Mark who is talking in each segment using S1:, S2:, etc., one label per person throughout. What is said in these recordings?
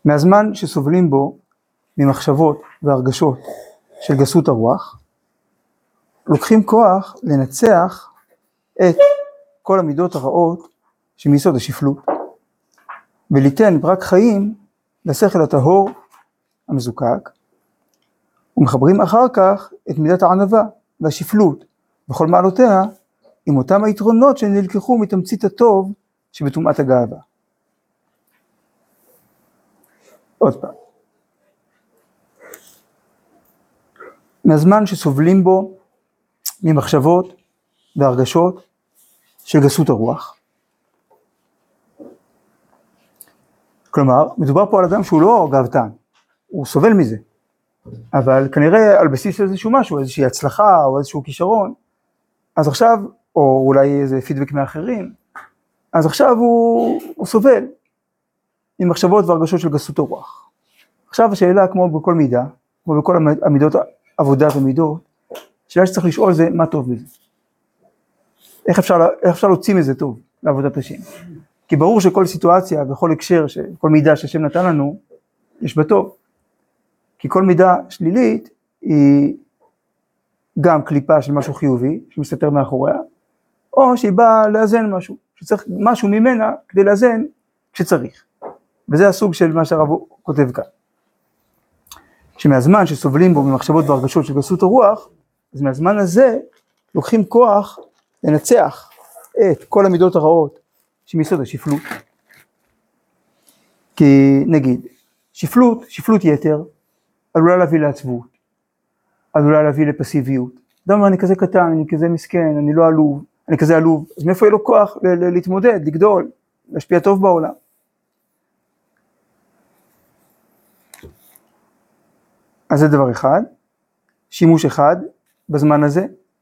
S1: מהזמן שסובלים בו ממחשבות והרגשות של גסות הרוח, לוקחים כוח לנצח את כל המידות הרעות שמיסוד השפלות, וליתן ברק חיים לשכל הטהור המזוקק, ומחברים אחר כך את מידת הענווה והשפלות בכל מעלותיה עם אותם היתרונות שנלקחו מתמצית הטוב שבטומאת הגאווה. עוד פעם, מהזמן שסובלים בו ממחשבות והרגשות של גסות הרוח, כלומר מדובר פה על אדם שהוא לא גאוותן, הוא סובל מזה, אבל כנראה על בסיס איזשהו משהו, איזושהי הצלחה או איזשהו כישרון, אז עכשיו, או אולי איזה פידבק מאחרים, אז עכשיו הוא סובל עם מחשבות והרגשות של גסות הרוח. עכשיו השאלה, כמו בכל מידה, כמו בכל המידות, עבודת המידות, השאלה שצריך לשאול זה מה טוב בזה. איך אפשר להוציא מזה טוב לעבודת השם? כי ברור שכל סיטואציה וכל הקשר, כל מידה שהשם נתן לנו, יש בה טוב. כי כל מידה שלילית היא גם קליפה של משהו חיובי, שמסתתר מאחוריה, או שהיא באה לאזן משהו, שצריך משהו ממנה כדי לאזן כשצריך. וזה הסוג של מה שהרב כותב כאן. שמהזמן שסובלים בו ממחשבות והרגשות של גסות הרוח, אז מהזמן הזה לוקחים כוח לנצח את כל המידות הרעות שמיסוד השפלות. כי נגיד, שפלות יתר, עלולה להביא לעצבות, עלולה להביא לפסיביות. אדם אומר, אני כזה קטן, אני כזה מסכן, אני לא עלוב, אני כזה עלוב, אז מאיפה יהיה לו כוח להתמודד, לגדול, להשפיע טוב בעולם? אז זה דבר אחד, שימוש אחד בזמן הזה.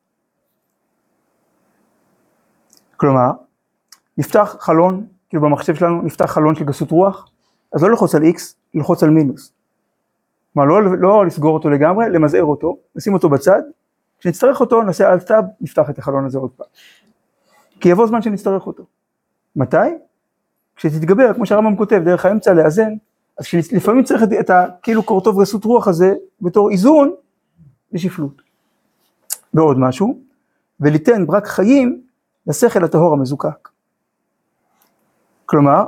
S1: כלומר, נפתח חלון, כאילו במחשב שלנו נפתח חלון של גסות רוח, אז לא ללחוץ על X, ללחוץ על מינוס. כלומר, לא לסגור אותו לגמרי, למזער אותו, נשים אותו בצד, כשנצטרך אותו נעשה על טאב, נפתח את החלון הזה עוד פעם. כי יבוא זמן שנצטרך אותו. מתי? כשתתגבר, כמו שהרמב"ם כותב, דרך האמצע לאזן, אז לפעמים צריך את כאילו קורטוב גסות רוח הזה, בתור איזון לשפלות. ועוד משהו, וליתן ברק חיים לשכל הטהור המזוקק. כלומר,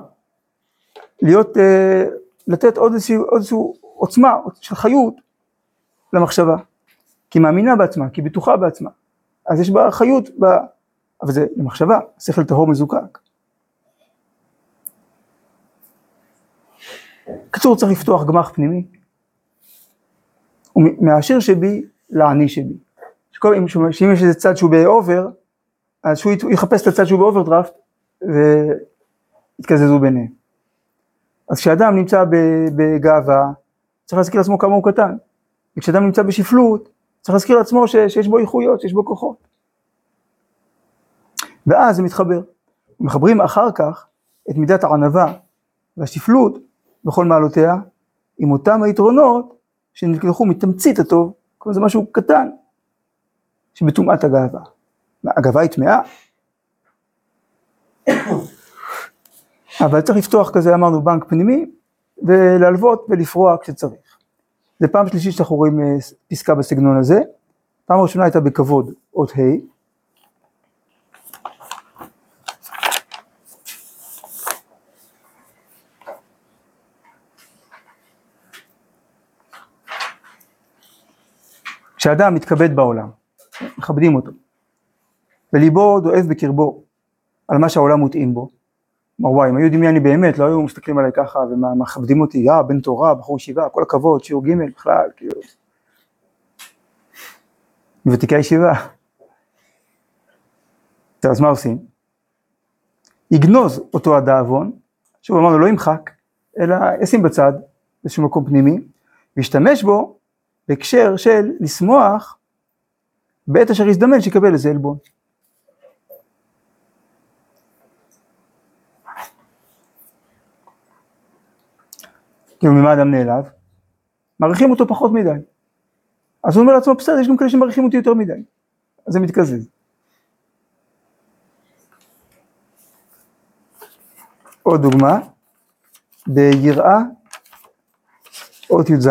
S1: לתת עוד איזשהו עוצמה של חיות למחשבה, כי מאמינה בעצמה, כי בטוחה בעצמה, אז יש בה חיות, אבל זה למחשבה, שכל טהור מזוקק. קצור, צריך לפתוח גמח פנימי, מהעשיר שבי לעני שבי. שאם יש איזה צד שהוא באובר, אז שהוא יחפש את הצד שהוא באוברדרפט, ויתקזזו ביניהם. אז כשאדם נמצא בגאווה, צריך להזכיר לעצמו כמה הוא קטן. וכשאדם נמצא בשפלות, צריך להזכיר לעצמו שיש בו איכויות, שיש בו כוחות. ואז זה מתחבר. מחברים אחר כך את מידת הענווה והשפלות בכל מעלותיה, עם אותם היתרונות שנלקחו מתמצית הטוב, כמו זה משהו קטן, שבטומאת הגאווה. הגאווה היא טמאה. אבל צריך לפתוח כזה, אמרנו, בנק פנימי, ולהלוות ולפרוע כשצריך. זה פעם שלישית שאנחנו רואים פסקה בסגנון הזה. פעם ראשונה הייתה בכבוד, אות ה'. כשאדם מתכבד בעולם, מכבדים אותו, וליבו דואב בקרבו על מה שהעולם מוטעים בו, וואי, אם היו יודעים מי אני באמת, לא היו מסתכלים עליי ככה, ומכבדים אותי, בן תורה, בחור ישיבה, כל הכבוד, שיעור ג' בכלל, כאילו. ותיקי הישיבה. טוב, אז מה עושים? יגנוז אותו הדאבון, שוב אמרנו, לא ימחק, אלא ישים בצד, באיזשהו מקום פנימי, וישתמש בו בהקשר של לשמוח, בעת אשר יזדמן שיקבל איזה עלבון. כאילו ממה אדם נעלב? מעריכים אותו פחות מדי. אז הוא אומר לעצמו, בסדר, יש גם כאלה שמעריכים אותי יותר מדי. אז זה מתקזז. עוד דוגמה, ביראה אות י"ז.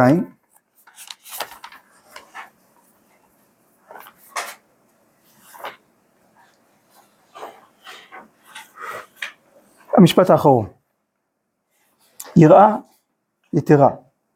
S1: המשפט האחרון. יראה יתרה.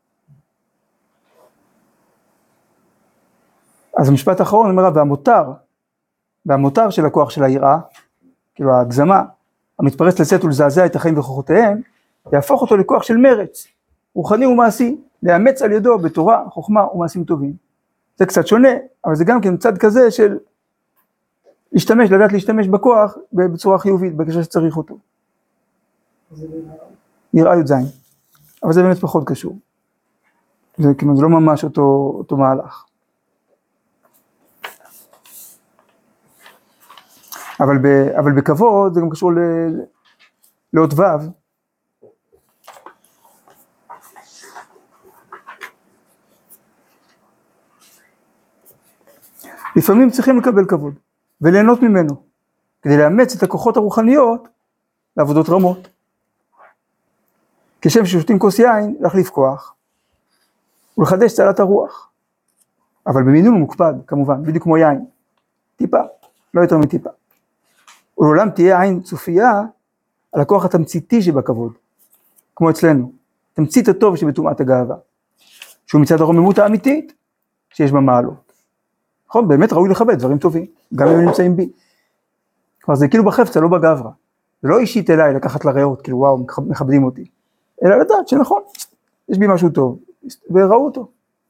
S1: אז המשפט האחרון אומר, והמותר של הכוח של היראה, כאילו ההגזמה, המתפרץ לצאת ולזעזע את החיים וכוחותיהם, יהפוך אותו לכוח של מרץ, רוחני ומעשי, לאמץ על ידו בתורה, חוכמה ומעשים טובים. זה קצת שונה, אבל זה גם כן צד כזה של לדעת להשתמש בכוח בצורה חיובית, בקשר שצריך אותו. יראה י"ז. אבל זה באמת פחות קשור. זה לא ממש אותו מהלך. אבל בכבוד זה גם קשור לאות ו'. לפעמים צריכים לקבל כבוד וליהנות ממנו, כדי לאמץ את הכוחות הרוחניות לעבודות רמות. כשם ששותים כוס יין, להחליף כוח ולחדש צלת הרוח. אבל במינון מוקפד, כמובן, בדיוק כמו יין. טיפה, לא יותר מטיפה. ולעולם תהיה עין צופייה על הכוח התמציתי שבכבוד, כמו אצלנו, תמצית הטוב שבטומאת הגאווה, שהוא מצד הרוממות האמיתית שיש בה מעלות. נכון, באמת ראוי לכבד דברים טובים, גם אם הם נמצאים בי. כלומר זה כאילו בחפצה, לא בגברא. זה לא אישית אליי לקחת לראות, כאילו וואו, מכבדים אותי. אלא לדעת שנכון, יש בי משהו טוב, וראו אותו.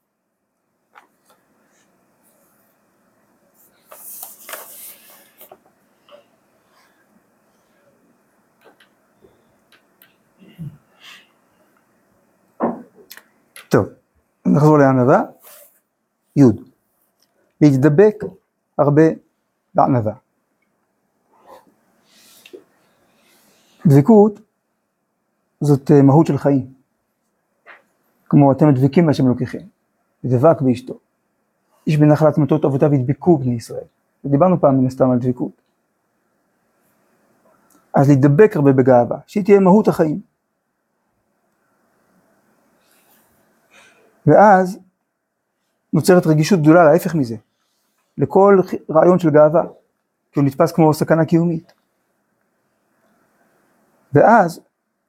S1: טוב, נחזור לענווה. י' להתדבק הרבה בענווה. דבקות זאת מהות של חיים. כמו אתם דבקים מה שהם לוקחים. דבק באשתו. איש בנחלת מטות אבותיו ידבקו בני ישראל. ודיברנו פעם מן הסתם על דבקות. אז להתדבק הרבה בגאווה, שהיא תהיה מהות החיים. ואז נוצרת רגישות גדולה להפך מזה, לכל רעיון של גאווה, כי הוא נתפס כמו סכנה קיומית. ואז,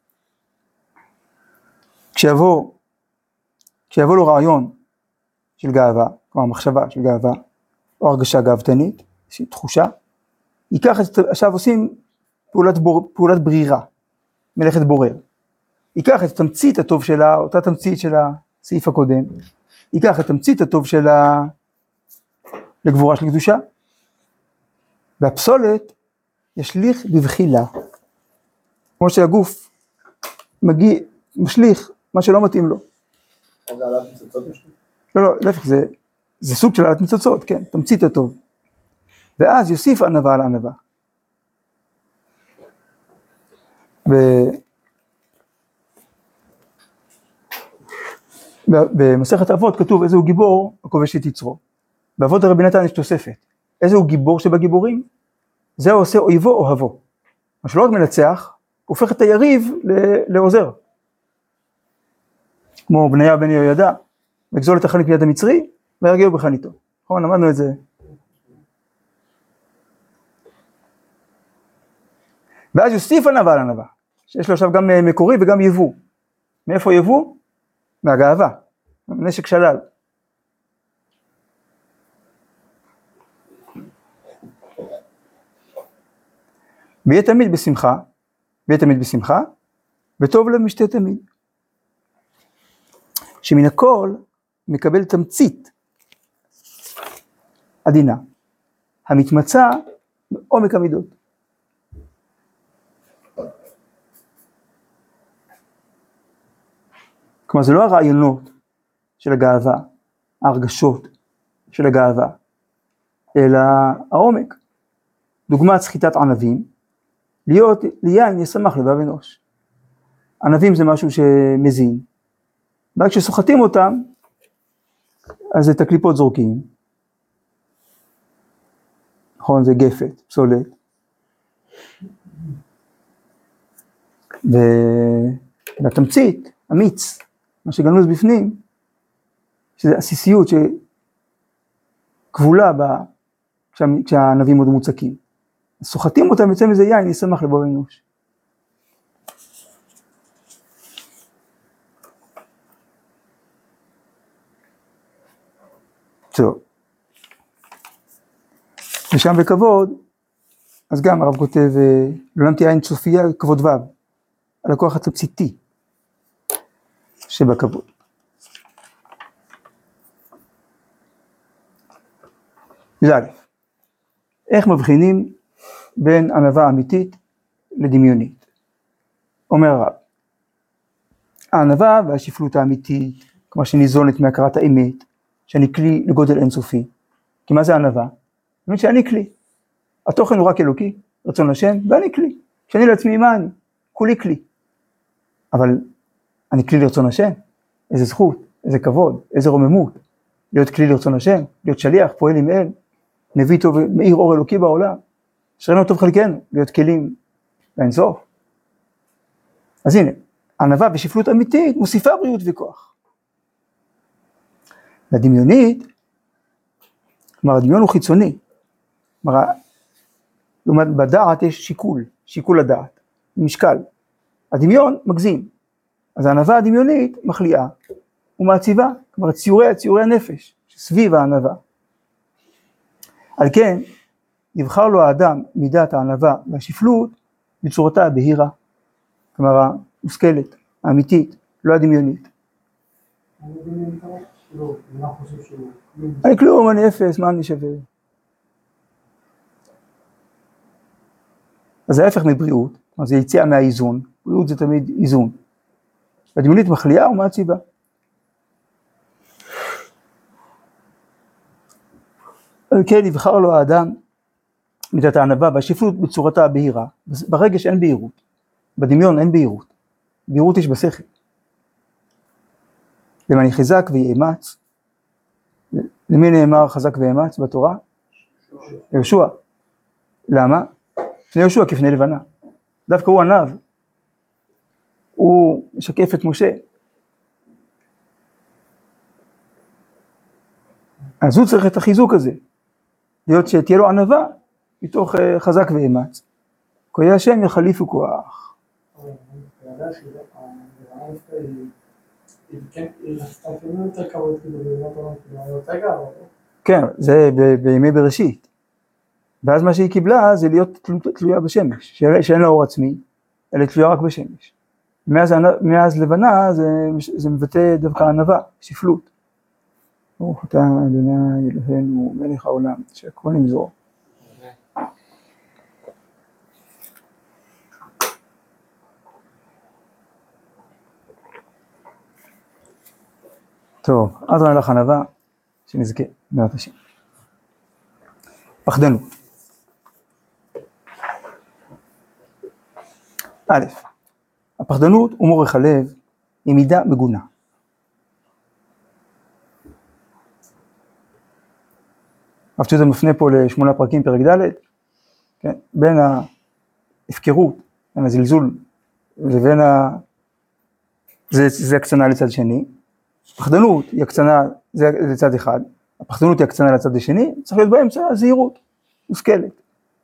S1: כשיבוא לו רעיון של גאווה, כלומר מחשבה של גאווה, או הרגשה גאוותנית, שהיא תחושה, עכשיו עושים פעולת ברירה, מלאכת בורר. ייקח את תמצית הטוב שלה, אותה תמצית של הסעיף הקודם, ייקח את תמצית הטוב שלה לגבורה של קדושה, והפסולת ישליך בבחילה, כמו שהגוף משליך מה שלא מתאים לו.
S2: זה העלאת ניצוצות משליך?
S1: לא, להפך, זה סוג של העלאת ניצוצות, כן, תמצית הטוב. ואז יוסיף ענווה על ענווה. במסכת אבות כתוב איזה הוא גיבור הכובש את יצרו. באבות רבי נתן יש תוספת. איזה הוא גיבור שבגיבורים? זה עושה אויבו אוהבו. מה שלא רק מנצח, הופך את היריב לעוזר. כמו בניה בן יהוידע, וגזול את החנית מיד המצרי, וירגיעו בחניתו. נכון, למדנו את זה. ואז יוסיף ענווה על ענווה, שיש לו עכשיו גם מקורי וגם יבוא. מאיפה יבוא? מהגאווה, נשק שלל. ויהיה תמיד בשמחה, וטוב לב משתה תמיד. שמן הכל מקבל תמצית עדינה, המתמצא בעומק המידות. כלומר, זה לא הרעיונות של הגאווה, ההרגשות של הגאווה, אלא העומק. דוגמת סחיטת ענבים, להיות ליין ישמח לבב אנוש. ענבים זה משהו שמזין, רק כשסוחטים אותם, אז את הקליפות זורקים. נכון, זה גפת, פסולת. והתמצית, המיץ, מה שגנוז בפנים, שזה עסיסיות שכבולה כשהענבים עוד מוצקים. סוחטים אותם, יוצא מזה יין, ישמח לבוא אנוש. טוב. ושם בכבוד, אז גם הרב כותב, לעולם תהיה אין סופיה כבוד ו', על הכוח התמציתי שבכבוד. י"א, איך מבחינים בין ענווה אמיתית לדמיונית? אומר הרב, הענווה והשפלות האמיתית, כמו שניזונת מהכרת האמת, שאני כלי לגודל אינסופי. כי מה זה ענווה? זאת אומרת שאני כלי. התוכן הוא רק אלוקי, רצון השם, ואני כלי. כשאני לעצמי מה אני? כולי כלי. אבל אני כלי לרצון השם? איזה זכות, איזה כבוד, איזה רוממות. להיות כלי לרצון השם, להיות שליח, פועל עם אל, מביא טוב, מאיר אור אלוקי בעולם. שרנו טוב חלקנו, להיות כלים באינסוף. אז הנה, ענווה ושפלות אמיתית מוסיפה בריאות וכוח. והדמיונית, כלומר הדמיון הוא חיצוני, כלומר, בדעת יש שיקול הדעת, משקל. הדמיון מגזים, אז הענווה הדמיונית מחליאה ומעציבה, כלומר ציורי הנפש סביב הענווה. על כן, יבחר לו האדם מידת הענווה והשפלות בצורתה הבהירה, כלומר המושכלת, האמיתית, לא הדמיונית. אני כלום, אני אפס, מה אני שווה? אז ההפך מבריאות, זה יציאה מהאיזון, בריאות זה תמיד איזון. הדמיונית מחליאה ומעציבה. על כן יבחר לו האדם מידת הענווה והשפלות בצורתה הבהירה. ברגש אין בהירות, בדמיון אין בהירות, בהירות יש בשכל. למען יחזק ויאמץ, למי נאמר חזק ואמץ בתורה? יהושע. למה? לפני יהושע כפני לבנה. דווקא הוא ענב, הוא משקף את משה. אז הוא צריך את החיזוק הזה, להיות שתהיה לו ענווה מתוך חזק ואמץ. כהי השם יחליפו כוח. כן, זה בימי בראשית. ואז מה שהיא קיבלה זה להיות תלויה בשמש, שאין לה אור עצמי, אלא תלויה רק בשמש. מאז לבנה זה מבטא דווקא ענווה, שפלות. ברוך אתה אדוני אלוהינו מלך העולם, שהכל נמזור. טוב, אז ראה לך ענווה, שנזכה, בעזרת השם. פחדנות. א', הפחדנות ומורך הלב היא מידה מגונה. אף שזה מפנה פה ל8 פרקים, פרק ד', כן? בין ההפקרות, בין הזלזול, לבין זה הקצנה לצד שני. הפחדנות היא הקצנה לצד אחד, הפחדנות היא הקצנה לצד השני, צריך להיות באמצע הזהירות, מושכלת.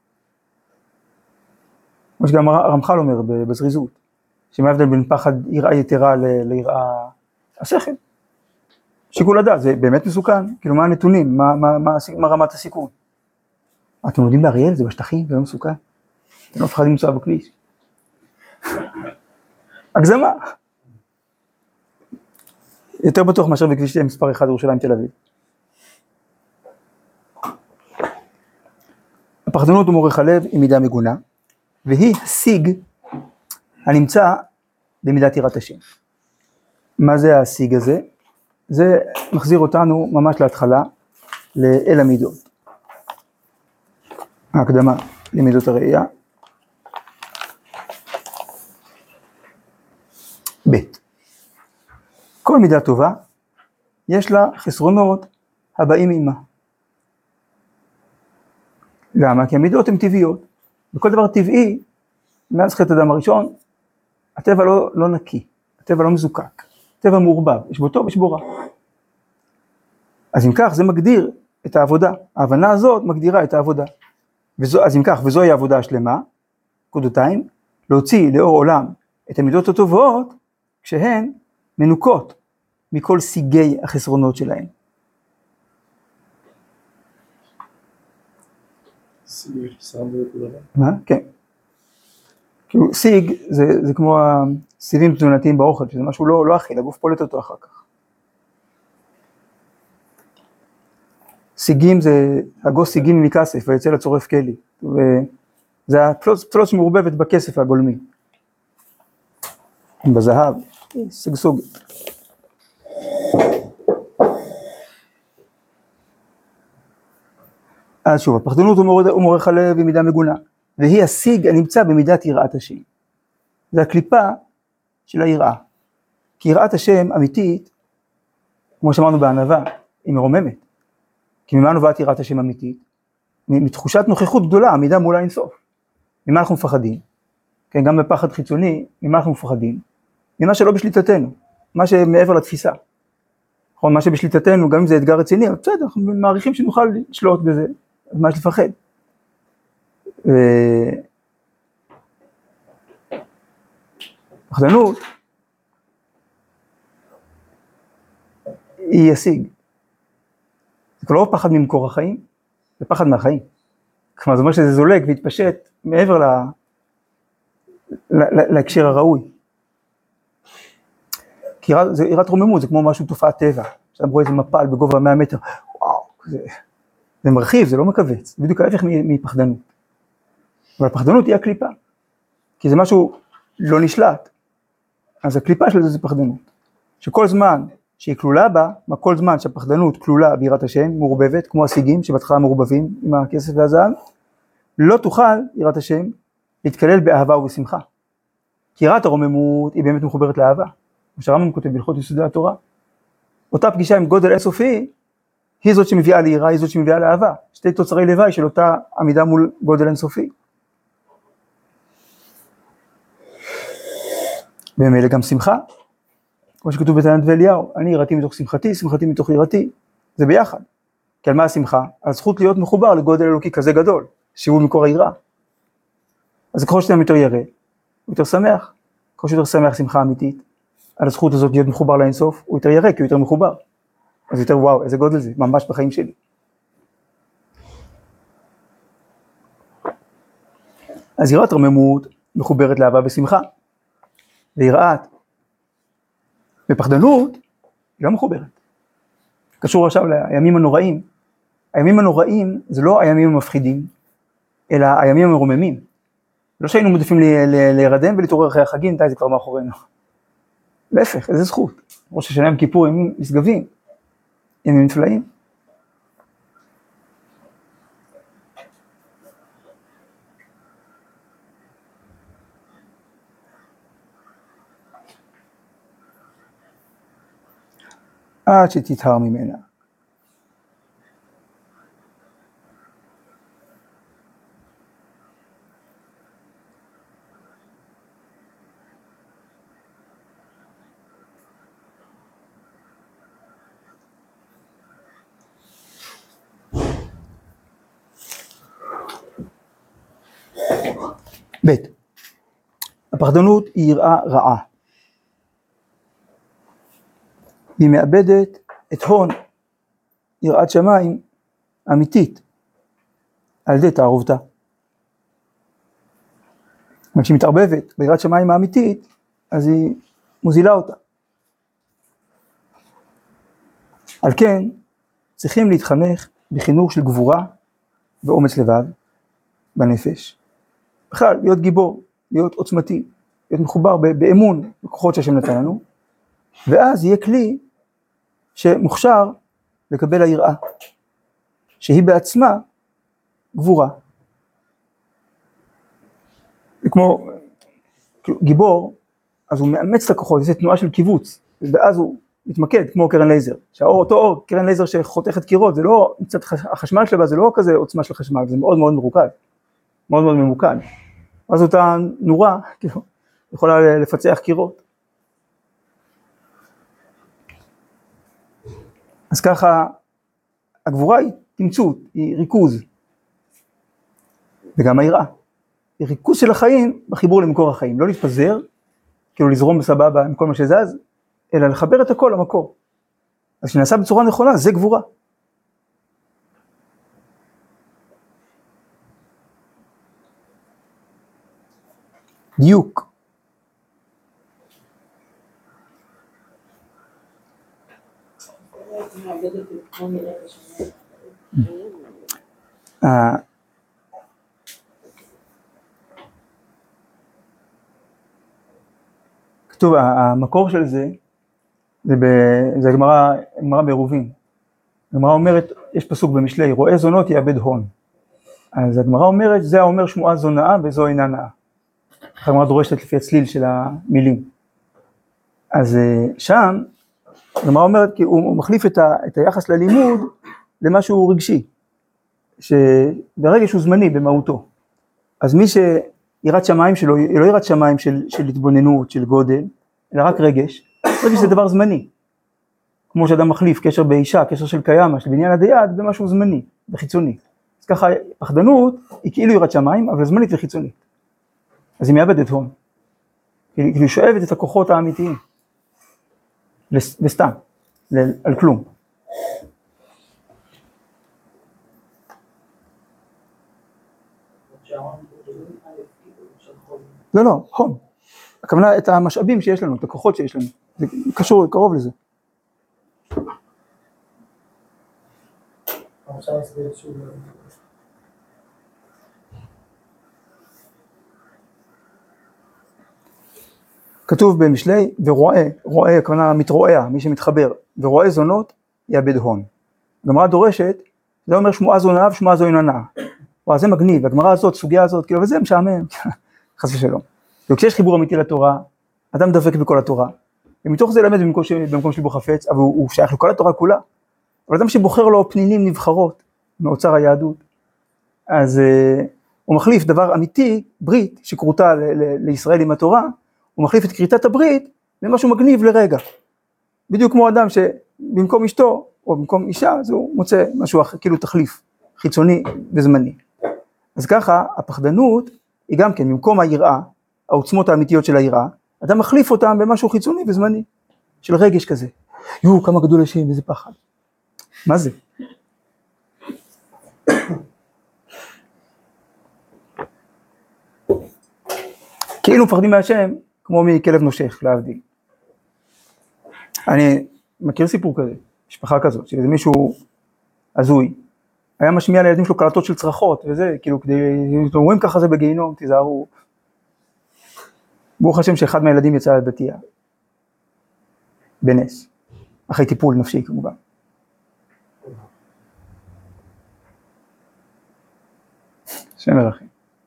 S1: כמו שגם הרמח"ל אומר בזריזות, שמה ההבדל בין פחד יראה יתרה ליראה השכל. שיקול הדעת, זה באמת מסוכן, כאילו מה הנתונים, מה רמת הסיכון. אתם יודעים באריאל, זה בשטחים, זה לא מסוכן. אתם לא מפחדים לנסוע בכביש. הגזמה. יותר בטוח מאשר בכביש מספר 1 ירושלים תל אביב. הפחדנות ומורך הלב היא מידה מגונה, והיא השיג הנמצא במידת יראת השם. מה זה השיג הזה? זה מחזיר אותנו ממש להתחלה לאל המידות. ההקדמה למידות הראייה. ב' כל מידה טובה יש לה חסרונות הבאים עימה. למה? כי המידות הן טבעיות. וכל דבר טבעי, מאז חטא אדם הראשון, הטבע לא נקי, הטבע לא מזוקק. טבע מעורבב, יש בו טוב, יש בו רע. אז אם כך, זה מגדיר את העבודה, ההבנה הזאת מגדירה את העבודה. אז אם כך, וזוהי העבודה השלמה, קודותיים, להוציא לאור עולם את המידות הטובות, כשהן מנוקות מכל סיגי החסרונות שלהן.
S2: סיג חסרון בנקודה.
S1: מה? כן. כאילו סיג זה כמו הסיבים תזונתיים באוכל, שזה משהו לא אכיל, הגוף פולט אותו אחר כך. סיגים זה הגוס סיגים מכסף, ויצא לצורף כלי. וזה הפסולת שמעורבבת בכסף הגולמי. בזהב, סגסוג. אז שוב, הפחדנות הוא מורך הלב במידה מגונה, והיא הסיג הנמצא במידת יראת השם. זה הקליפה של היראה. כי יראת השם אמיתית, כמו שאמרנו בענווה, היא מרוממת. כי ממה נובעת יראת השם אמיתית? מתחושת נוכחות גדולה, עמידה מול האינסוף. ממה אנחנו מפחדים? כן, גם בפחד חיצוני, ממה אנחנו מפחדים? ממה שלא בשליטתנו, מה שמעבר לתפיסה. נכון, מה שבשליטתנו, גם אם זה אתגר רציני, אבל בסדר, אנחנו מעריכים שנוכל לשלוט בזה, אז מה יש לפחד? פחדנות היא ישיג. זה כבר לא פחד ממקור החיים, זה פחד מהחיים. כלומר, זאת אומרת שזה זולג והתפשט מעבר להקשר הראוי. כי יראת רוממות, זה כמו משהו תופעת טבע. שאתה רואה איזה מפל בגובה 100 מטר, וואו, זה מרחיב, זה לא מקבץ. זה בדיוק ההפך מפחדנות. אבל הפחדנות היא הקליפה. כי זה משהו לא נשלט. אז הקליפה של זה פחדנות. שכל זמן שהיא כלולה בה, כל זמן שהפחדנות כלולה ביראת השם, מעורבבת, כמו הסיגים שבהתחלה מעורבבים עם הכסף והזהב, לא תוכל יראת השם להתקלל באהבה ובשמחה. כי יראת הרוממות היא באמת מחוברת לאהבה. כמו שהרמב"ם כותב בהלכות יסודי התורה. אותה פגישה עם גודל אינסופי, היא זאת שמביאה ליראה, היא זאת שמביאה לאהבה. שתי תוצרי לוואי של אותה עמידה מול גודל אינסופי. במילא גם שמחה, כמו שכתוב בתענית ואליהו, אני יראתי מתוך שמחתי, שמחתי מתוך יראתי, זה ביחד. כי על מה השמחה? על זכות להיות מחובר לגודל אלוקי כזה גדול, שהוא מקור היראה. אז ככל שאתה יותר ירא, הוא יותר שמח. ככל שיותר שמח שמחה אמיתית, על הזכות הזאת להיות מחובר לאינסוף, הוא יותר ירא, כי הוא יותר מחובר. אז יותר וואו, איזה גודל זה, ממש בחיים שלי. אז יראת רוממות מחוברת לאהבה ושמחה. ויראת ופחדנות היא לא מחוברת. קשור עכשיו לימים הנוראים. הימים הנוראים זה לא הימים המפחידים, אלא הימים המרוממים. לא שהיינו מודפים להירדם ולהתעורר אחרי החגים, די זה כבר מאחורינו. להפך, איזה זכות. ראש השנה עם כיפור, ימים נשגבים, ימים נפלאים. עד שתתהר ממנה. ב' הפחדנות היא יראה רעה. היא מאבדת את הון יראת שמיים אמיתית על ידי תערובתה. כשהיא מתערבבת ביראת שמיים האמיתית, אז היא מוזילה אותה. על כן צריכים להתחנך בחינוך של גבורה ואומץ לבב בנפש. בכלל, להיות גיבור, להיות עוצמתי, להיות מחובר באמון בכוחות שהשם נתן לנו, ואז יהיה כלי שמוכשר לקבל היראה, שהיא בעצמה גבורה. כמו גיבור, אז הוא מאמץ את הכוחות, זה תנועה של קיבוץ, ואז הוא מתמקד כמו קרן לייזר, אותו אור, קרן לייזר שחותכת קירות, זה לא, מצד החשמל שלה, זה לא כזה עוצמה של חשמל, זה מאוד מאוד מרוכז, מאוד מאוד ממוקד. אז אותה נורה, כאילו, יכולה לפצח קירות. אז ככה, הגבורה היא תמצות, היא ריכוז, וגם היראה. היא ריכוז של החיים בחיבור למקור החיים, לא להתפזר, כאילו לזרום בסבבה עם כל מה שזז, אלא לחבר את הכל למקור. אז שנעשה בצורה נכונה, זה גבורה. דיוק. כתוב, המקור של זה, זה הגמרא בעירובין. הגמרא אומרת, יש פסוק במשלי, רואה זונות יאבד הון. אז הגמרא אומרת, זה האומר שמועה זו נאה וזו אינה נאה. הגמרא דורשת לפי הצליל של המילים. אז שם, הגמרא אומרת, כי הוא מחליף את היחס ללימוד למשהו רגשי, שברגש הוא זמני במהותו. אז מי שיראת שמיים שלו, היא לא יראת שמיים של התבוננות, של גודל, אלא רק רגש. רגש זה דבר זמני. כמו שאדם מחליף קשר באישה, קשר של קיימה, של בניין עד יד, במשהו זמני, בחיצוני. אז ככה, פחדנות היא כאילו יראת שמיים, אבל זמנית וחיצונית. אז היא מאבדת הון. כאילו היא שואבת את הכוחות האמיתיים. וסתם, על כלום. לא, הון. הכוונה את המשאבים שיש לנו, את הכוחות שיש לנו. זה קשור, קרוב לזה. כתוב במשלי, רואה, הכוונה מתרועע, מי שמתחבר, ורואה זונות, יאבד הון. הגמרא דורשת, זה אומר שמועה זו נאה ושמועה זו אינה נאה. וואו, זה מגניב, הגמרא הזאת, סוגיה הזאת, כאילו, וזה משעמם, חס ושלום. וכשיש חיבור אמיתי לתורה, אדם דבק בכל התורה, ומתוך זה למד במקום שבו חפץ, אבל הוא שייך לכל התורה כולה. אבל אדם שבוחר לו פנינים נבחרות, מאוצר היהדות, אז הוא מחליף דבר אמיתי, ברית, שקרותה לישראל עם התורה, הוא מחליף את כריתת הברית במשהו מגניב לרגע. בדיוק כמו אדם שבמקום אשתו, או במקום אישה, אז הוא מוצא משהו כאילו תחליף, חיצוני וזמני. אז ככה, הפחדנות היא גם כן, במקום היראה, העוצמות האמיתיות של היראה, אדם מחליף אותם במשהו חיצוני וזמני, של רגש כזה. כמה גדול השם, איזה פחד. מה זה? כאילו מפחדים מהשם, כמו מכלב נושך, להבדיל. אני מכיר סיפור כזה, משפחה כזאת, של איזה מישהו הזוי, היה משמיע לילדים שלו קלטות של צרחות, וזה, כאילו, אומרים ככה זה בגיהינום, תיזהרו. ברוך השם שאחד מהילדים יצא לדתייה, בנס, אחרי טיפול נפשי כמובן. שם ירחם.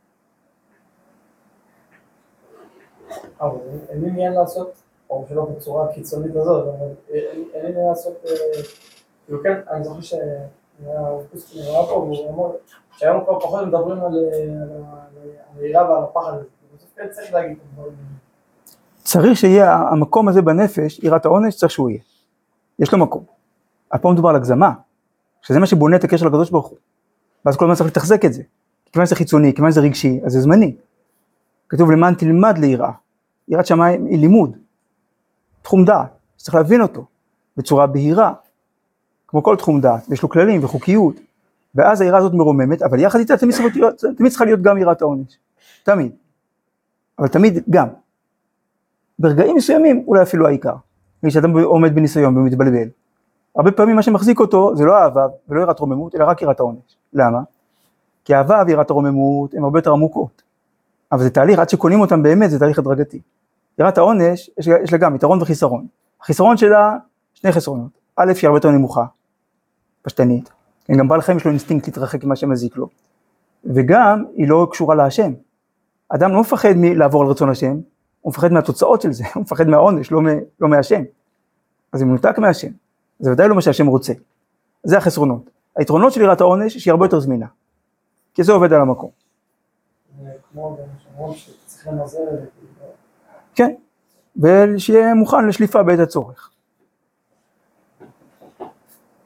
S2: אבל אין לי עניין לעשות, או שלא בצורה קיצונית הזאת, אבל אין לי עניין לעשות, כאילו כן, אני זוכר שהאופוסט נראה פה, והוא אמר, שהיום כבר פחות מדברים על היראה ועל הפחד הזה, בסוף כן צריך להגיד את הדברים.
S1: צריך שיהיה המקום הזה בנפש, יראת העונש, צריך שהוא יהיה. יש לו מקום. הפעם מדובר על הגזמה, שזה מה שבונה את הקשר לקדוש ברוך הוא. ואז כל הזמן צריך לתחזק את זה. כיוון שזה חיצוני, כיוון שזה רגשי, אז זה זמני. כתוב למען תלמד ליראה. יראת שמיים היא לימוד, תחום דעת, צריך להבין אותו בצורה בהירה, כמו כל תחום דעת, ויש לו כללים וחוקיות, ואז היראה הזאת מרוממת, אבל יחד איתה תמיד צריכה להיות גם יראת העונש, תמיד, אבל תמיד גם. ברגעים מסוימים אולי אפילו העיקר, כשאדם עומד בניסיון ומתבלבל, הרבה פעמים מה שמחזיק אותו זה לא אהבה ולא יראת רוממות, אלא רק יראת העונש. למה? כי אהבה ויראת הרוממות הן הרבה יותר עמוקות, אבל זה תהליך, עד שקונים אותם באמת, זה תהליך הדרגתי. יראת העונש, יש לה גם יתרון וחיסרון. החיסרון שלה, שני חסרונות. א', שהיא הרבה יותר נמוכה, פשטנית. גם בעל חיים יש לו אינסטינקט להתרחק ממה שמזיק לו. וגם, היא לא קשורה להשם. אדם לא מפחד לעבור על רצון השם, הוא מפחד מהתוצאות של זה, הוא מפחד מהעונש, לא מהשם. אז היא מנותק מהשם. זה ודאי לא מה שהשם רוצה. זה החסרונות. היתרונות של יראת העונש, שהיא הרבה יותר זמינה. כי זה עובד על המקום.
S2: כמו שאומרים שצריך למזל,
S1: כן, ושיהיה מוכן לשליפה בעת הצורך.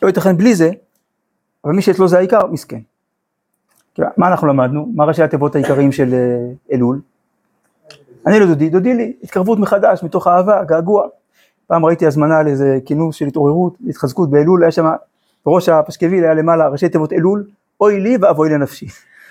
S1: לא ייתכן בלי זה, אבל מי שאצלו זה העיקר, מסכן. מה אנחנו למדנו? מה ראשי התיבות העיקריים של אלול? אני לדודי, דודי לי, התקרבות מחדש, מתוך אהבה, געגוע. פעם ראיתי הזמנה לאיזה כינוס של התעוררות, התחזקות באלול, היה שם, בראש הפשקביל היה למעלה, ראשי תיבות אלול, אוי לי ואבוי לנפשי.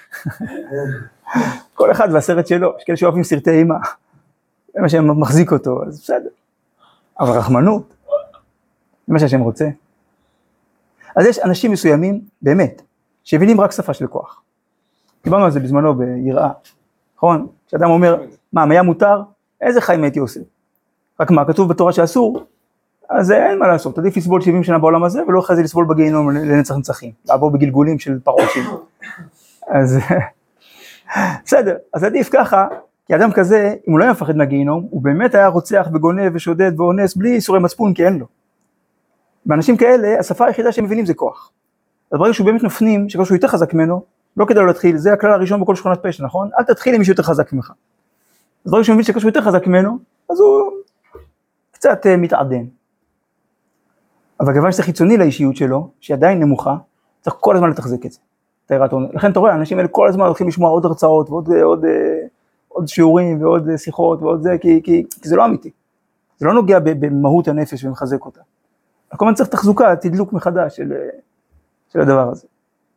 S1: כל אחד והסרט שלו, יש כאלה שאוהבים סרטי אימה, זה מה שמחזיק אותו, אז בסדר. אבל רחמנות, זה מה שהשם רוצה. אז יש אנשים מסוימים, באמת, שמבינים רק שפה של כוח. דיברנו על זה בזמנו ביראה, נכון? כשאדם אומר, מה היה מותר? איזה חיים הייתי עושה? רק מה, כתוב בתורה שאסור, אז אין מה לעשות, עדיף לסבול 70 שנה בעולם הזה, ולא אחרי זה לסבול בגיהינום לנצח נצחים, לעבור בגלגולים של פרעושים. אז בסדר, אז עדיף ככה, כי אדם כזה, אם הוא לא היה מפחד מהגיהינום, הוא באמת היה רוצח וגונב ושודד ואונס, בלי איסורי מצפון, כי אין לו. באנשים כאלה, השפה היחידה שהם מבינים זה כוח. אז ברגע שהוא באמת מפנים, שכל שהוא יותר חזק ממנו, לא כדאי לו להתחיל, זה הכלל הראשון בכל שכונת פשע, נכון? אל תתחיל עם מישהו יותר חזק ממך. אז ברגע שהוא מבין שכל שהוא יותר חזק ממנו, אז הוא קצת מתעדן. אבל כיוון שזה חיצוני לאישיות שלו, שהיא עדיין נמוכה, צריך כל הזמן לתחזק את זה. לכן אתה רואה, האנשים האלה כל הזמן הולכים לשמוע עוד הרצאות, ועוד שיעורים, ועוד שיחות, ועוד זה, כי זה לא אמיתי. זה לא נוגע במהות הנפש ומחזק אותה. כל הזמן צריך תחזוקה, תדלוק מחדש של הדבר הזה.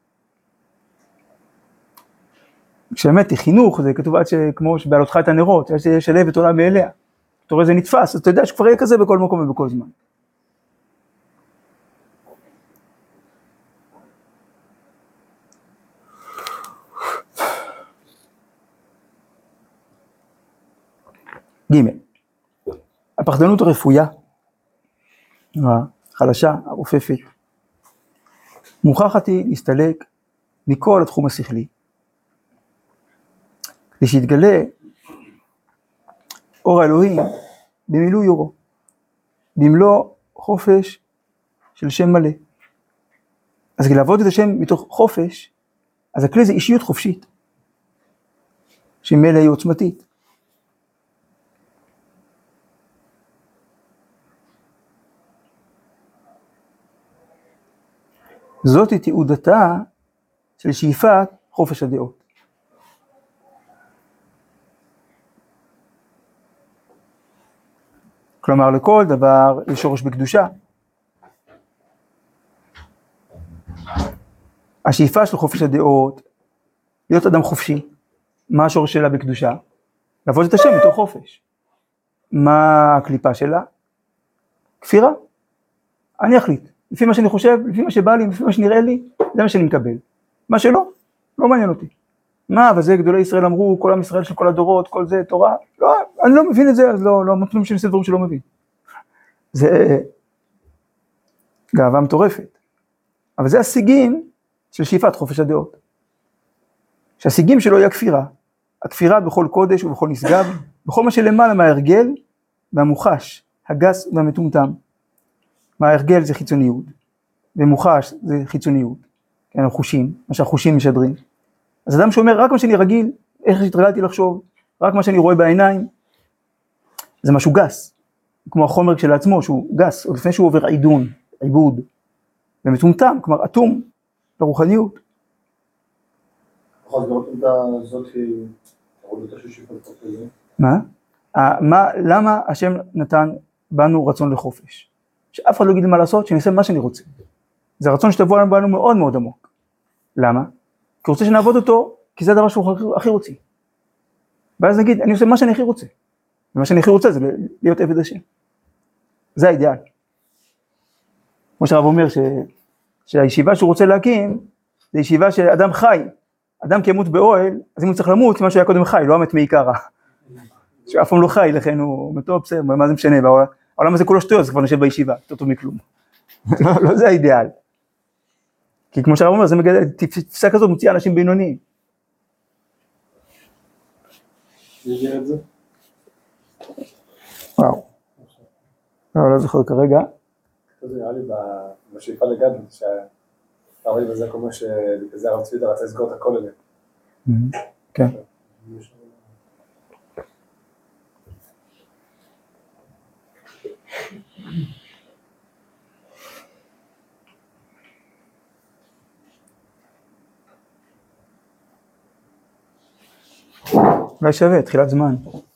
S1: כשאמת, חינוך, זה כתוב עד שכמו שבעלותך את הנרות, שלב את עולה מאליה. אתה רואה, זה נתפס, אז אתה יודע שכבר יהיה כזה בכל מקום ובכל זמן. ג' הפחדנות הרפויה, החלשה, הרופפת, מוכרחת היא להסתלק מכל התחום השכלי, כדי שיתגלה אור האלוהים במילוי אורו, במלוא חופש של שם מלא. אז כדי לעבוד את השם מתוך חופש, אז הכלי זה אישיות חופשית, שממילא היא עוצמתית. זאת היא תעודתה של שאיפת חופש הדעות. כלומר, לכל דבר יש שורש בקדושה. השאיפה של חופש הדעות, להיות אדם חופשי, מה השורש שלה בקדושה? לעבוד את השם מתוך חופש. מה הקליפה שלה? כפירה. אני אחליט. לפי מה שאני חושב, לפי מה שבא לי, לפי מה שנראה לי, זה מה שאני מקבל. מה שלא, לא מעניין אותי. מה, אבל זה גדולי ישראל אמרו, כל עם ישראל של כל הדורות, כל זה תורה. לא, אני לא מבין את זה, אז לא מפנים שאני עושה דברים שלא מבין. זה גאווה מטורפת. אבל זה השיגים של שאיפת חופש הדעות. שהשיגים שלו היא הכפירה. הכפירה בכל קודש ובכל נשגב, בכל מה שלמעלה מההרגל והמוחש, הגס והמטומטם. מה ההרגל זה חיצוניות, ומוחש זה חיצוניות, כן, החושים, מה שהחושים משדרים. אז אדם שאומר, רק מה שאני רגיל, איך שהתרגלתי לחשוב, רק מה שאני רואה בעיניים, זה משהו גס, כמו החומר כשלעצמו, שהוא גס, או לפני שהוא עובר עידון, עיבוד, ומטומטם, כלומר אטום, לרוחניות.
S3: יכול לראות את זאת תעודתה של שאיפת חופש הזה?
S1: למה השם נתן בנו רצון לחופש? שאף אחד לא יגיד לי מה לעשות, שאני אעשה מה שאני רוצה. זה רצון שתבוא עלינו בנו מאוד מאוד עמוק. למה? כי רוצה שנעבוד אותו, כי זה הדבר שהוא הכי רוצה. ואז נגיד, אני עושה מה שאני הכי רוצה. ומה שאני הכי רוצה זה להיות עבד השם. זה האידיאל. כמו שהרב אומר, שהישיבה שהוא רוצה להקים, זה ישיבה שאדם חי. אדם כמות באוהל, אז אם הוא צריך למות, מה שהיה קודם חי, לא המת מעיקרה. שאף פעם לא חי, לכן הוא מתו, בסדר, מה זה משנה? העולם הזה כולו שטויות, זה כבר נשב בישיבה, יותר טוב מכלום. לא זה האידיאל. כי כמו שהרב אומר, זה מגדל, תפיסה כזאת מוציאה אנשים בינוניים.
S3: יגיד את זה?
S1: וואו. לא זוכר כרגע.
S3: זה נראה לי בשאיפה לגדול, שהרב לי בזה כל מה שבכזה הרב צבידה רצה לסגור את הכל אלה.
S1: כן. אולי שווה, תחילת זמן.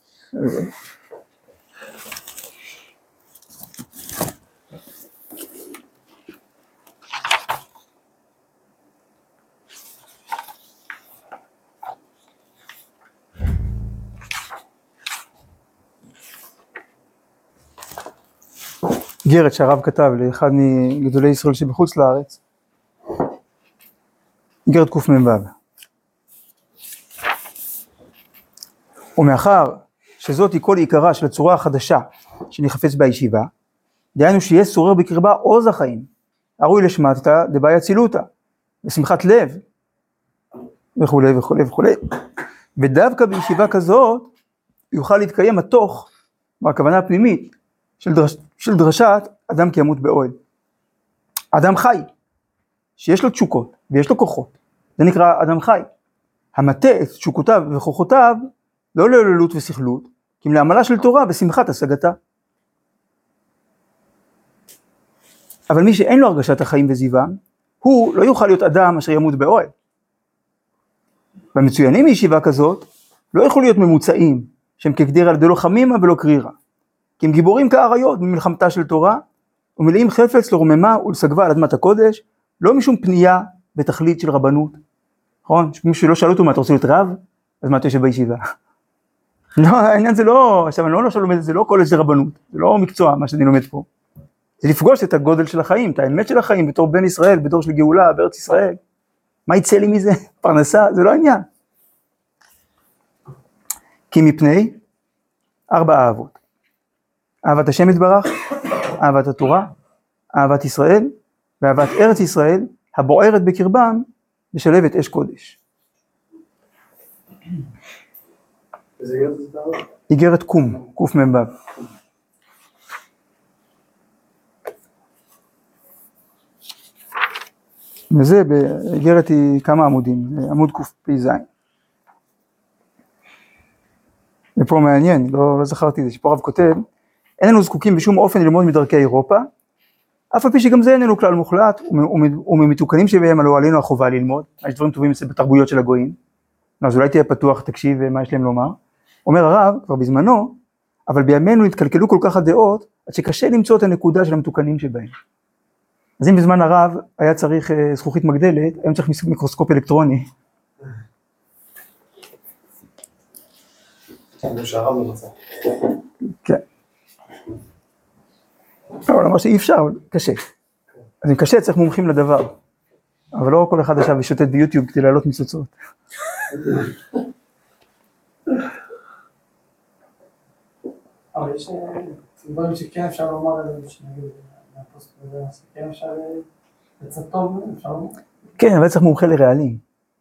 S1: איגרת שהרב כתב לאחד מגדולי ישראל שבחוץ לארץ, איגרת קמ"ו. ומאחר שזאת היא כל עיקרה של הצורה החדשה שנחפץ בישיבה, דהיינו שיהיה שורר בקרבה עוז החיים, הראוי לשמטתא דבעי אצילותא, בשמחת לב, וכו' וכו' וכו'. ודווקא בישיבה כזאת יוכל להתקיים התוך, מהכוונה הפנימית, של דרשת אדם כי ימות באוהל. אדם חי, שיש לו תשוקות ויש לו כוחות, זה נקרא אדם חי. המטה את תשוקותיו וכוחותיו לא לעוללות ושכלות, כי אם לעמלה של תורה בשמחת השגתה. אבל מי שאין לו הרגשת החיים וזיוון, הוא לא יוכל להיות אדם אשר ימות באוהל. והמצוינים מישיבה כזאת לא יכולו להיות ממוצעים, שהם כגדיר על ידי לא חמימה ולא קרירה. כי הם גיבורים כאריות ממלחמתה של תורה, ומלאים חפץ לרוממה ולסגבה על אדמת הקודש, לא משום פנייה בתכלית של רבנות. נכון? מישהו לא שאל אותו מה אתה רוצה להיות רב? אז מה אתה יושב בישיבה? לא, העניין זה לא, עכשיו אני לא עכשיו לומד, זה לא קולג' של רבנות, זה לא מקצוע מה שאני לומד פה. זה לפגוש את הגודל של החיים, את האמת של החיים, בתור בן ישראל, בתור של גאולה, בארץ ישראל. מה יצא לי מזה? פרנסה, זה לא העניין. כי מפני 4 אהבות. אהבת השם יתברך, אהבת התורה, אהבת ישראל, ואהבת ארץ ישראל, הבוערת בקרבם, בשלבת אש קודש.
S3: איזה איגרת זה דבר?
S1: איגרת קמ"ו. וזה, באיגרת היא כמה עמודים, עמוד קפ"ז. ופה מעניין, לא זכרתי את זה, שפה רב כותב, איננו זקוקים בשום אופן ללמוד מדרכי אירופה, אף על פי שגם זה איננו כלל מוחלט, וממתוקנים שבהם עלו עלינו החובה ללמוד, יש דברים טובים בתרבויות של הגויים, אז אולי תהיה פתוח, תקשיב מה יש להם לומר. אומר הרב, כבר בזמנו, אבל בימינו התקלקלו כל כך הדעות, עד שקשה למצוא את הנקודה של המתוקנים שבהם. אז אם בזמן הרב היה צריך זכוכית מגדלת, היום צריך מיקרוסקופ אלקטרוני.
S3: כמו שהרב לא רצה.
S1: כן. אבל אמר שאי אפשר, קשה. אז אם קשה צריך מומחים לדבר. אבל לא כל אחד עכשיו ושוטט ביוטיוב כדי לעלות ניצוצות.
S2: אבל יש דברים שכן אפשר לומר עליהם, שנגיד, מהפוסט וזה, כן אפשר לצטוב, אפשר לומר? כן, אבל צריך מומחה לרעלים.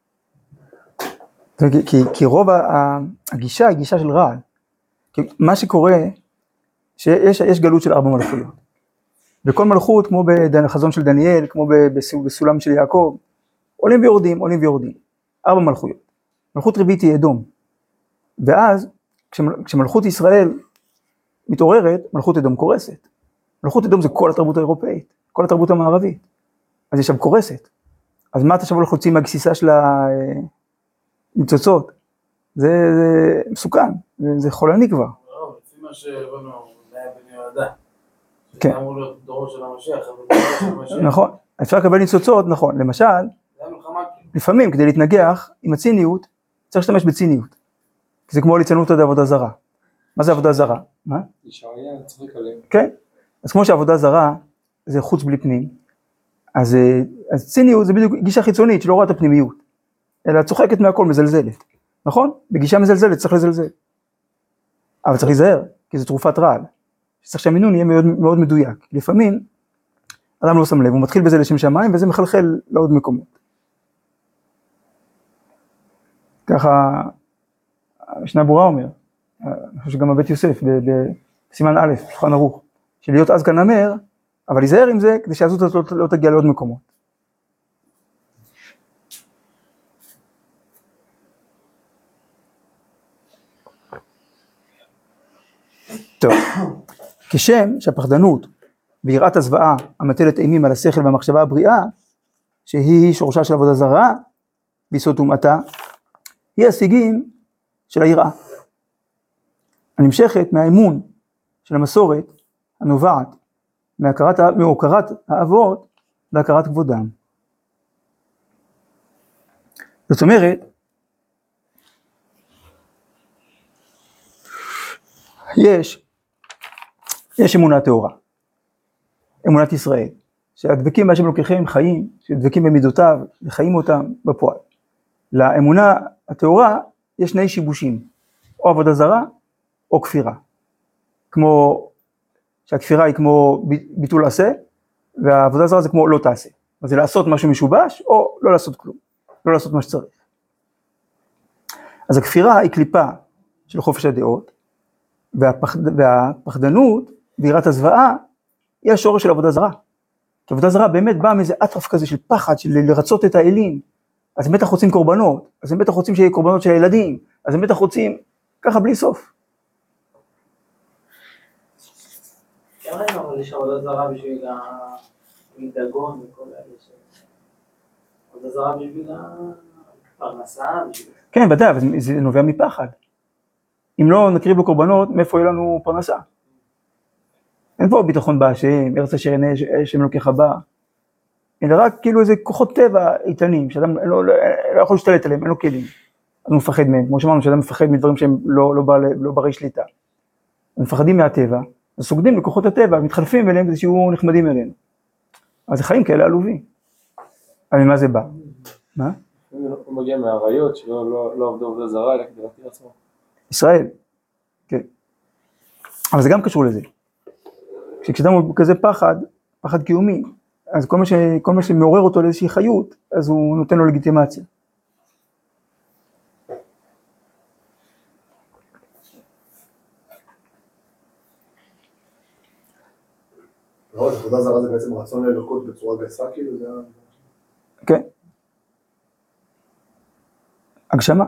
S2: כי רוב הגישה היא גישה של רעל. מה שקורה, שיש גלות של 4 מלכויות. וכל מלכות, כמו בחזון של דניאל, כמו בסולם של יעקב, עולים ויורדים, עולים ויורדים. 4 מלכויות. מלכות רביעית היא אדום. ואז, כשמלכות ישראל מתעוררת, מלכות אדום קורסת. מלכות אדום זה כל התרבות האירופאית, כל התרבות המערבית. אז היא שם קורסת. אז מה אתה עכשיו הולך להוציא מהגסיסה של הניצוצות? זה מסוכן, זה חולני כבר.
S4: לא, לפי מה שהבנו, זה היה בני יהודה.
S1: כן.
S4: זה אמור להיות דורו של המשיח, אבל דורו של המשיח.
S1: נכון, אפשר לקבל ניצוצות, נכון. למשל,
S4: זה המלחמה.
S1: לפעמים כדי להתנגח עם הציניות, צריך להשתמש בציניות. כי זה כמו ליצנות עד עבודה זרה. מה זה עבודה זרה? מה?
S3: ישעיה צוחק עליהם.
S1: כן. אז כמו שעבודה זרה זה חוץ בלי פנים, אז ציניות זה בדיוק גישה חיצונית שלא רואה את הפנימיות, אלא צוחקת מהכל, מזלזלת. נכון? בגישה מזלזלת צריך לזלזל. אבל צריך להיזהר, כי זו תרופת רעל. שצריך שהמינון יהיה מאוד, מאוד מדויק. לפעמים, אדם לא שם לב, הוא מתחיל בזה לשם שמיים, וזה מחלחל לעוד מקומות. ככה, משנה ברורה אומר, אני חושב שגם הבית יוסף, בסימן א', שולחן ערוך, שלהיות אז כנמר, אבל להיזהר עם זה, כדי שהזאת לא תגיע לעוד מקומות. טוב, כשם שהפחדנות ויראת הזוועה המטלת אימים על השכל והמחשבה הבריאה, שהיא שורשה של עבודה זרה, ביסוד טומאתה, היא השיגים של היראה, הנמשכת מהאמון של המסורת הנובעת מהוקרת האבות והכרת כבודם. זאת אומרת, יש אמונה טהורה, אמונת ישראל, שהדבקים בהשם אלוקיכם חיים, שדבקים במידותיו וחיים אותם בפועל. לאמונה הטהורה יש שני שיבושים, או עבודה זרה או כפירה. כמו שהכפירה היא כמו ביטול עשה, והעבודה זרה זה כמו לא תעשה. אז זה לעשות משהו משובש או לא לעשות כלום, לא לעשות מה שצריך. אז הכפירה היא קליפה של חופש הדעות, והפחדנות ויראת הזוועה היא השורש של עבודה זרה. כי עבודה זרה באמת באה מאיזה אטרף כזה של פחד, של לרצות את האלים. אז הם בטח רוצים קורבנות, אז הם בטח רוצים שיהיה קורבנות של הילדים, אז הם בטח רוצים ככה בלי סוף.
S2: כן ראינו, אבל יש עבודה זרה בשביל המדגון וכל האלה עבודה זרה בשביל הפרנסה.
S1: כן, ודאי, אבל זה נובע מפחד. אם לא נקריב לו קורבנות, מאיפה יהיה לנו פרנסה? אין פה ביטחון בהשם, ארץ אשר עיני השם אלוקיך בא, אלא רק כאילו איזה כוחות טבע איתנים, שאדם לא יכול להשתלט עליהם, אין לו כלים, אז הוא מפחד מהם, כמו שאמרנו, שאדם מפחד מדברים שהם לא ברי שליטה, הם מפחדים מהטבע, אז סוגדים לכוחות הטבע, מתחלפים אליהם כדי שיהיו נחמדים אלינו, אז זה חיים כאלה עלובים, אבל ממה זה בא? מה?
S3: הוא מגיע מהעריות שלא עבדו עבודה זרה, אלא כדי להתיר עצמו.
S1: ישראל, כן, אבל זה גם קשור לזה. כשאדם הוא כזה פחד קיומי, אז כל מה שמעורר אותו לאיזושהי חיות, אז הוא נותן לו לגיטימציה.
S5: לא, עבודה זרה זה בעצם רצון לאלוקות בצורה גסה, כאילו זה...
S1: כן. הגשמה.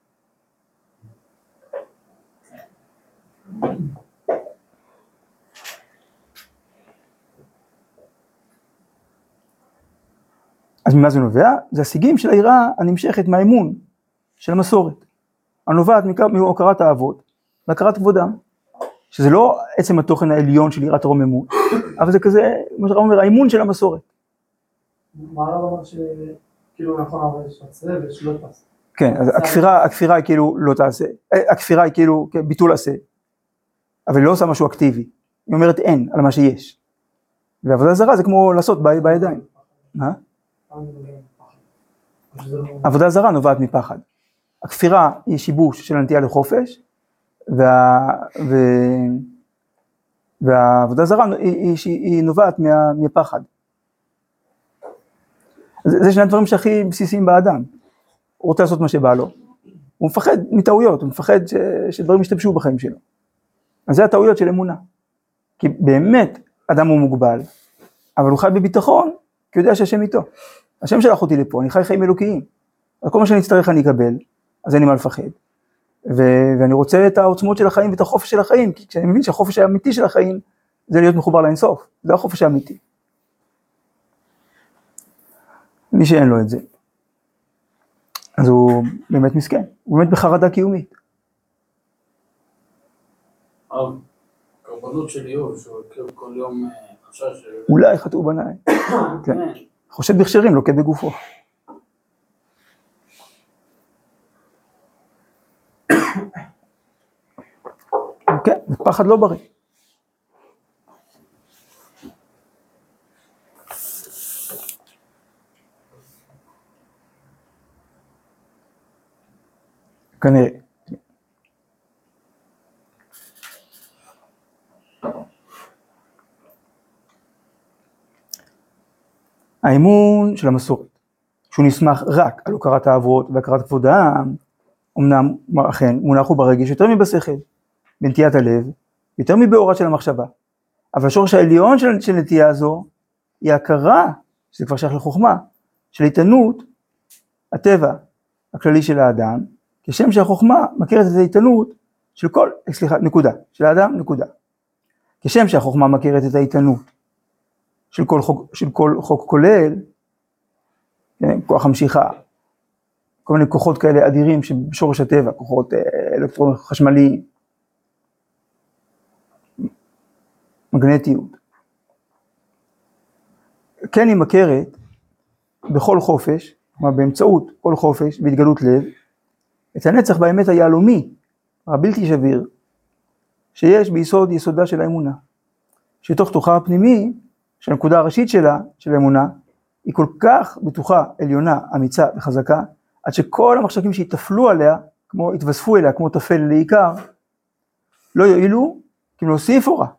S1: אז ממה זה נובע? זה השיגים של היראה הנמשכת מהאמון של המסורת, הנובעת מהוקרת האבות והכרת כבודם, שזה לא עצם התוכן העליון של יראת הרוממות, אבל זה כזה, מה שאתה אומר, האמון של המסורת.
S2: מה לא אומר שכאילו נכון אבל שתעשה ושלא תעשה?
S1: כן, אז הכפירה היא כאילו לא תעשה, הכפירה היא כאילו ביטול עשה, אבל היא לא עושה משהו אקטיבי, היא אומרת אין על מה שיש, ועבודה זרה זה כמו לעשות בידיים. מה? עבודה זרה נובעת מפחד. הכפירה היא שיבוש של הנטייה לחופש, והעבודה זרה היא נובעת מפחד. זה שני הדברים שהכי בסיסיים באדם. הוא רוצה לעשות מה שבא לו. הוא מפחד מטעויות, הוא מפחד שדברים ישתבשו בחיים שלו. אז זה הטעויות של אמונה. כי באמת אדם הוא מוגבל, אבל הוא חי בביטחון, כי הוא יודע שהשם איתו. השם שלח אותי לפה, אני חי חיים אלוקיים. אז כל מה שאני אצטרך אני אקבל, אז אין לי מה לפחד. ואני רוצה את העוצמות של החיים ואת החופש של החיים, כי כשאני מבין שהחופש האמיתי של החיים, זה להיות מחובר לאינסוף. זה החופש האמיתי. מי שאין לו את זה, אז הוא באמת מסכן, הוא באמת בחרדה קיומית.
S4: קורבנות של איוב, שהוא הקריב כל יום חשש...
S1: אולי חטאו בניי. כן. חושד בכשרים, לוקה בגופו. כן, זה פחד לא בריא. כנראה. האמון של המסורת, שהוא נסמך רק על הוקרת האבות והכרת כבודם, אמנם אכן מונח הוא ברגש יותר מבשכל, בנטיית הלב, יותר מבאורת של המחשבה, אבל השורש העליון של נטייה הזו, היא הכרה, שזה כבר שייך לחוכמה, של איתנות, הטבע הכללי של האדם, כשם שהחוכמה מכירת את האיתנות של כל, נקודה, של האדם, נקודה. כשם שהחוכמה מכירת את האיתנות של כל חוק כולל, כן, כוח המשיכה, כל מיני כוחות כאלה אדירים שבשורש הטבע, כוחות אלקטרו-חשמליים, מגנטיות. כן היא מכרת בכל חופש, כלומר באמצעות כל חופש בהתגלות לב, את הנצח באמת היהלומי, הבלתי שביר, שיש ביסוד יסודה של האמונה, שתוך תוכה הפנימי, שהנקודה הראשית שלה, של האמונה, היא כל כך בטוחה, עליונה, אמיצה וחזקה, עד שכל המחשבים שהתאפלו עליה, כמו התווספו אליה, כמו תפל לעיקר, לא יועילו, כי הם להוסיף אורה.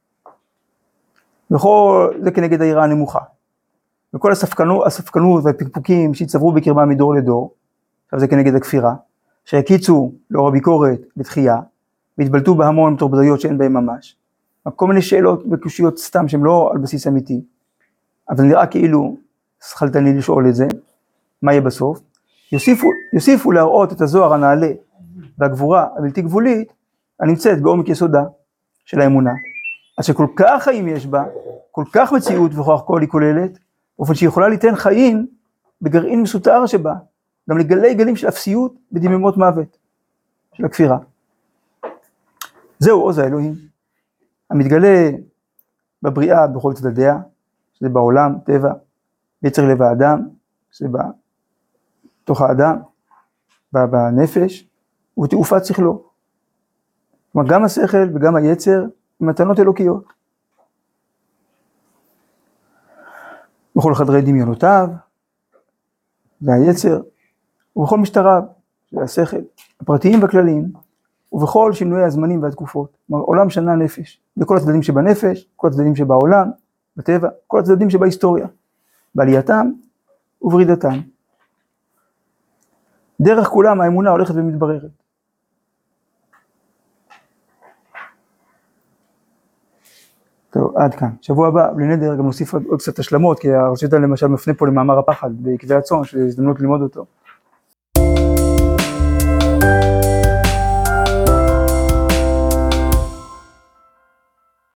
S1: וכל זה כנגד העירה הנמוכה. וכל הספקנות והפקפוקים שהצטברו בקרבה מדור לדור, עכשיו זה כנגד הכפירה, שהקיצו לאור הביקורת לתחייה, והתבלטו בהמון מתוך בדיות שאין בהם ממש. כל מיני שאלות וקושיות סתם שהן לא על בסיס אמיתי, אבל נראה כאילו שכלתני לשאול את זה, מה יהיה בסוף? יוסיפו להראות את הזוהר הנעלה והגבורה הבלתי גבולית, הנמצאת בעומק יסודה של האמונה, אז שכל כך חיים יש בה, כל כך מציאות וכוח כל היא כוללת, באופן שהיא יכולה ליתן חיים בגרעין מסותר שבה, גם לגלי גלים של אפסיות ודמימות מוות של הכפירה. זהו עוז האלוהים, המתגלה בבריאה בכל צדדיה, שזה בעולם, טבע, ביצר לב האדם, שזה בתוך האדם, בנפש, ובתעופת שכלו. כלומר, גם השכל וגם היצר הם מתנות אלוקיות. בכל חדרי דמיונותיו, זה היצר, ובכל משטריו, זה השכל, הפרטיים והכלליים, ובכל שינויי הזמנים והתקופות. כלומר, עולם שנה נפש, בכל הצדדים שבנפש, כל הצדדים שבעולם, בטבע, כל הצדדים שבהיסטוריה, בעלייתם וברידתם. דרך כולם האמונה הולכת ומתבררת. טוב, עד כאן. שבוע הבא, בלי נדר, גם נוסיף עוד קצת השלמות, כי הרב צבי יהודה למשל מפנה פה למאמר הפחד, בעקבי הצאן, שיש הזדמנות ללמוד אותו.